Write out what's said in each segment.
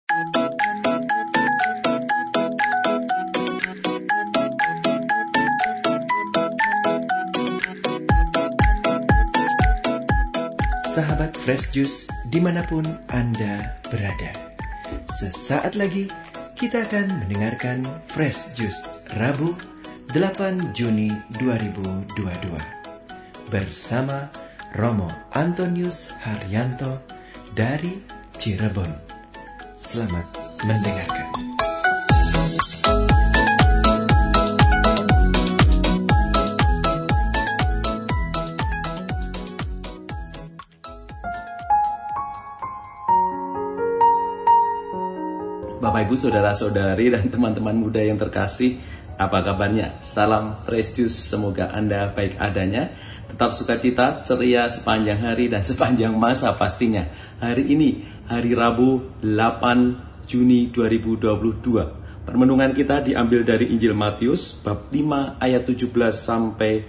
Sahabat Fresh Juice dimanapun Anda berada, sesaat lagi kita akan mendengarkan Fresh Juice Rabu 8 Juni 2022 bersama Romo Antonius Haryanto dari Cirebon. Selamat mendengarkan. Bapak, Ibu, Saudara-saudari, dan teman-teman muda yang terkasih, apa kabarnya? Salam Fresh Juice, semoga Anda baik adanya, tetap sukacita, ceria sepanjang hari dan sepanjang masa pastinya. Hari ini, hari Rabu 8 Juni 2022. Permenungan kita diambil dari Injil Matius, bab 5 ayat 17 sampai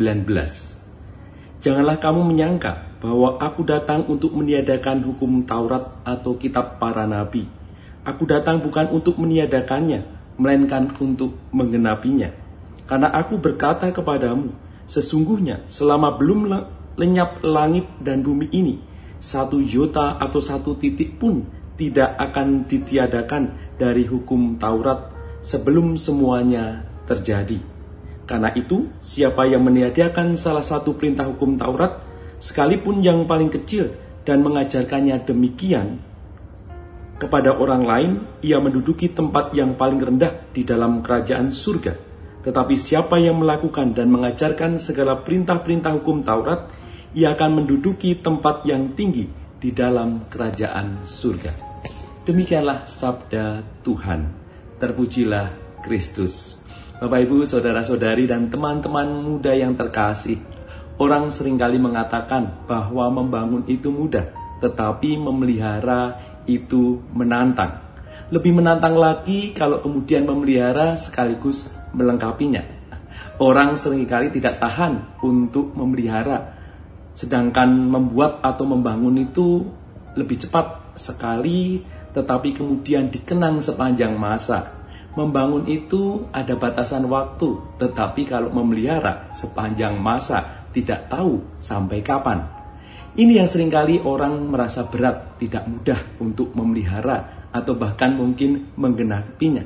19. Janganlah kamu menyangka bahwa aku datang untuk meniadakan hukum Taurat atau kitab para nabi. Aku datang bukan untuk meniadakannya, melainkan untuk menggenapinya. Karena aku berkata kepadamu, sesungguhnya selama belum lenyap langit dan bumi ini, satu iota atau satu titik pun tidak akan ditiadakan dari hukum Taurat sebelum semuanya terjadi. Karena itu, siapa yang meniadakan salah satu perintah hukum Taurat, sekalipun yang paling kecil, dan mengajarkannya demikian kepada orang lain, ia menduduki tempat yang paling rendah di dalam kerajaan surga. Tetapi siapa yang melakukan dan mengajarkan segala perintah-perintah hukum Taurat, ia akan menduduki tempat yang tinggi di dalam kerajaan surga. Demikianlah sabda Tuhan. Terpujilah Kristus. Bapak, Ibu, Saudara-saudari, dan teman-teman muda yang terkasih, orang seringkali mengatakan bahwa membangun itu mudah, tetapi memelihara itu menantang. Lebih menantang lagi kalau kemudian memelihara sekaligus melengkapinya. Orang seringkali tidak tahan untuk memelihara, sedangkan membuat atau membangun itu lebih cepat sekali, tetapi kemudian dikenang sepanjang masa. Membangun itu ada batasan waktu, tetapi kalau memelihara sepanjang masa, tidak tahu sampai kapan. Ini yang seringkali orang merasa berat, tidak mudah untuk memelihara atau bahkan mungkin menggenapinya.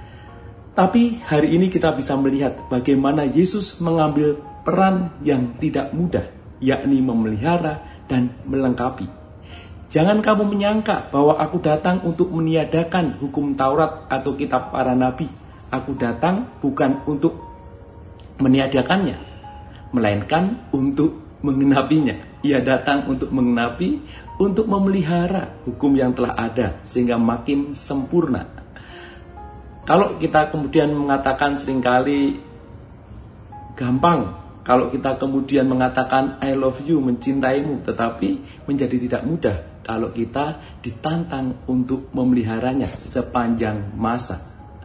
Tapi hari ini kita bisa melihat bagaimana Yesus mengambil peran yang tidak mudah, yakni memelihara dan melengkapi. Jangan kamu menyangka bahwa aku datang untuk meniadakan hukum Taurat atau kitab para nabi. Aku datang bukan untuk meniadakannya, melainkan untuk menggenapinya. Ia datang untuk menggenapi, untuk memelihara hukum yang telah ada sehingga makin sempurna. Kalau kita kemudian mengatakan seringkali gampang, kalau kita kemudian mengatakan I love you, mencintaimu, tetapi menjadi tidak mudah kalau kita ditantang untuk memeliharanya sepanjang masa.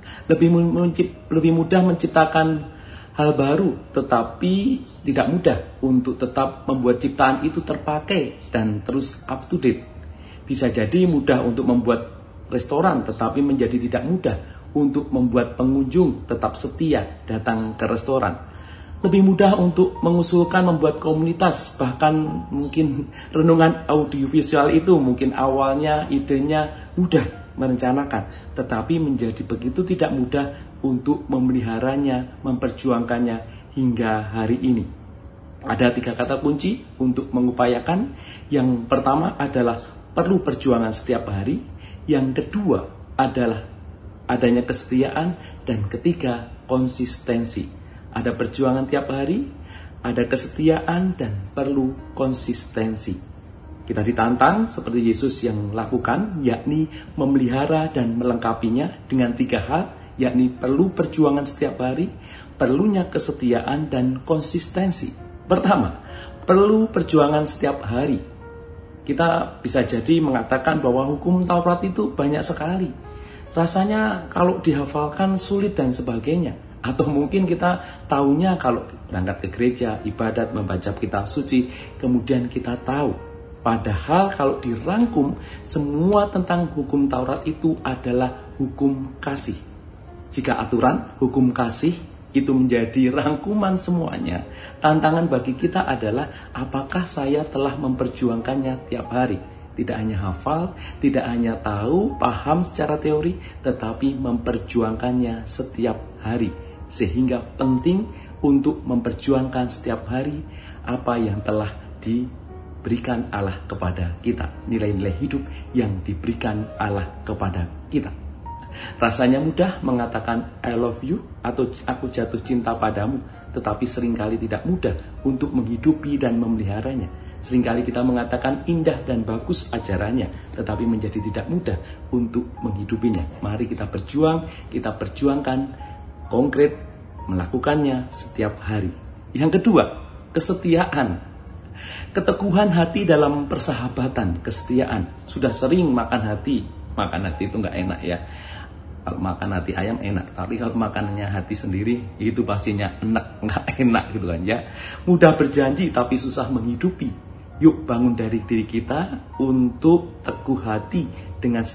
Lebih mudah menciptakan hal baru, tetapi tidak mudah untuk tetap membuat ciptaan itu terpakai dan terus up to date. Bisa jadi mudah untuk membuat restoran, tetapi menjadi tidak mudah untuk membuat pengunjung tetap setia datang ke restoran. Lebih mudah untuk mengusulkan membuat komunitas, bahkan mungkin renungan audiovisual itu mungkin awalnya idenya mudah merencanakan, tetapi menjadi begitu tidak mudah untuk memeliharanya, memperjuangkannya hingga hari ini. Ada 3 kata kunci untuk mengupayakan. Yang pertama adalah perlu perjuangan setiap hari. Yang kedua adalah adanya kesetiaan. Dan ketiga, konsistensi. Ada perjuangan tiap hari, ada kesetiaan, dan perlu konsistensi. Kita ditantang seperti Yesus yang lakukan, yakni memelihara dan melengkapinya dengan 3 hal, yakni perlu perjuangan setiap hari, perlunya kesetiaan, dan konsistensi. Pertama, perlu perjuangan setiap hari. Kita bisa jadi mengatakan bahwa hukum Taurat itu banyak sekali. Rasanya kalau dihafalkan sulit dan sebagainya. Atau mungkin kita tahunya kalau berangkat ke gereja, ibadat, membaca kitab suci, kemudian kita tahu. Padahal kalau dirangkum, semua tentang hukum Taurat itu adalah hukum kasih. Jika aturan hukum kasih itu menjadi rangkuman semuanya, tantangan bagi kita adalah apakah saya telah memperjuangkannya tiap hari. Tidak hanya hafal, tidak hanya tahu, paham secara teori, tetapi memperjuangkannya setiap hari. Sehingga penting untuk memperjuangkan setiap hari apa yang telah diberikan Allah kepada kita. Nilai-nilai hidup yang diberikan Allah kepada kita. Rasanya mudah mengatakan I love you atau aku jatuh cinta padamu, tetapi seringkali tidak mudah untuk menghidupi dan memeliharanya. Seringkali kita mengatakan indah dan bagus ajarannya, tetapi menjadi tidak mudah untuk menghidupinya. Mari kita berjuang, kita perjuangkan konkret, melakukannya setiap hari. Yang kedua, kesetiaan. Keteguhan hati dalam persahabatan, kesetiaan. Sudah sering makan hati itu nggak enak ya. Kalau makan hati ayam enak, tapi kalau makanannya hati sendiri itu pastinya nggak enak gitu kan ya. Mudah berjanji tapi susah menghidupi. Yuk bangun dari diri kita untuk teguh hati dengan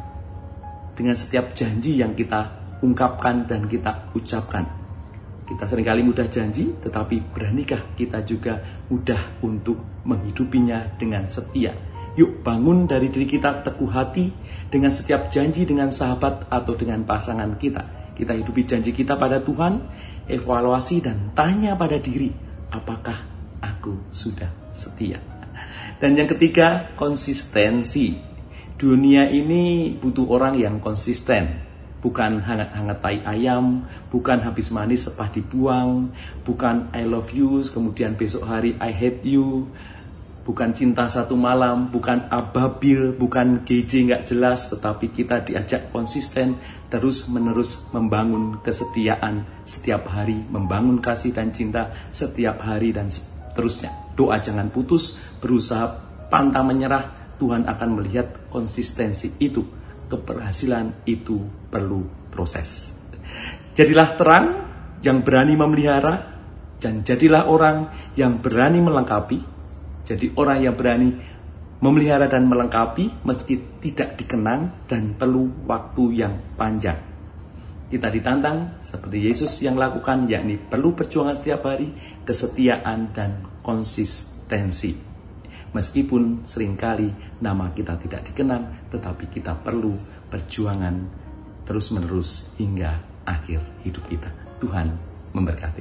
setiap janji yang kita ungkapkan dan kita ucapkan. Kita seringkali mudah janji, tetapi beranikah kita juga mudah untuk menghidupinya dengan setia. Yuk bangun dari diri kita teguh hati dengan setiap janji dengan sahabat atau dengan pasangan kita. Kita hidupi janji kita pada Tuhan, evaluasi dan tanya pada diri, apakah aku sudah setia? Dan yang ketiga, konsistensi. Dunia ini butuh orang yang konsisten. Bukan hangat-hangat tai ayam, bukan habis manis sepah dibuang, bukan I love you, kemudian besok hari I hate you, bukan cinta satu malam, bukan ababil, bukan GJ nggak jelas, tetapi kita diajak konsisten terus-menerus membangun kesetiaan setiap hari, membangun kasih dan cinta setiap hari dan seterusnya. Doa jangan putus, berusaha pantang menyerah, Tuhan akan melihat konsistensi itu. Keberhasilan itu perlu proses. Jadilah terang yang berani memelihara, dan jadilah orang yang berani melengkapi. Jadi orang yang berani memelihara dan melengkapi meski tidak dikenang dan perlu waktu yang panjang. Kita ditantang seperti Yesus yang lakukan, yakni perlu perjuangan setiap hari, kesetiaan dan konsistensi. Meskipun seringkali nama kita tidak dikenang, tetapi kita perlu perjuangan terus-menerus hingga akhir hidup kita. Tuhan memberkati.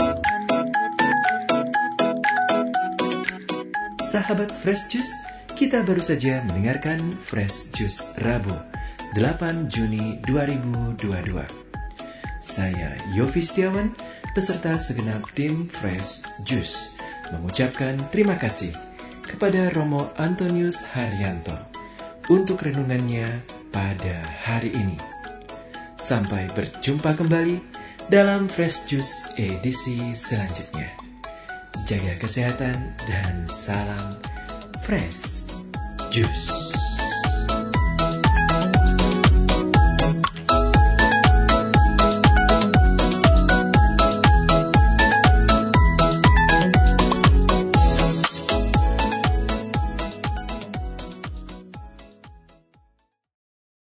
Sahabat Fresh Juice, kita baru saja mendengarkan Fresh Juice Rabu, 8 Juni 2022. Saya Yofi Setiawan, beserta segenap tim Fresh Juice, mengucapkan terima kasih kepada Romo Antonius Haryanto untuk renungannya pada hari ini. Sampai berjumpa kembali dalam Fresh Juice edisi selanjutnya. Jaga kesehatan dan salam Fresh Juice.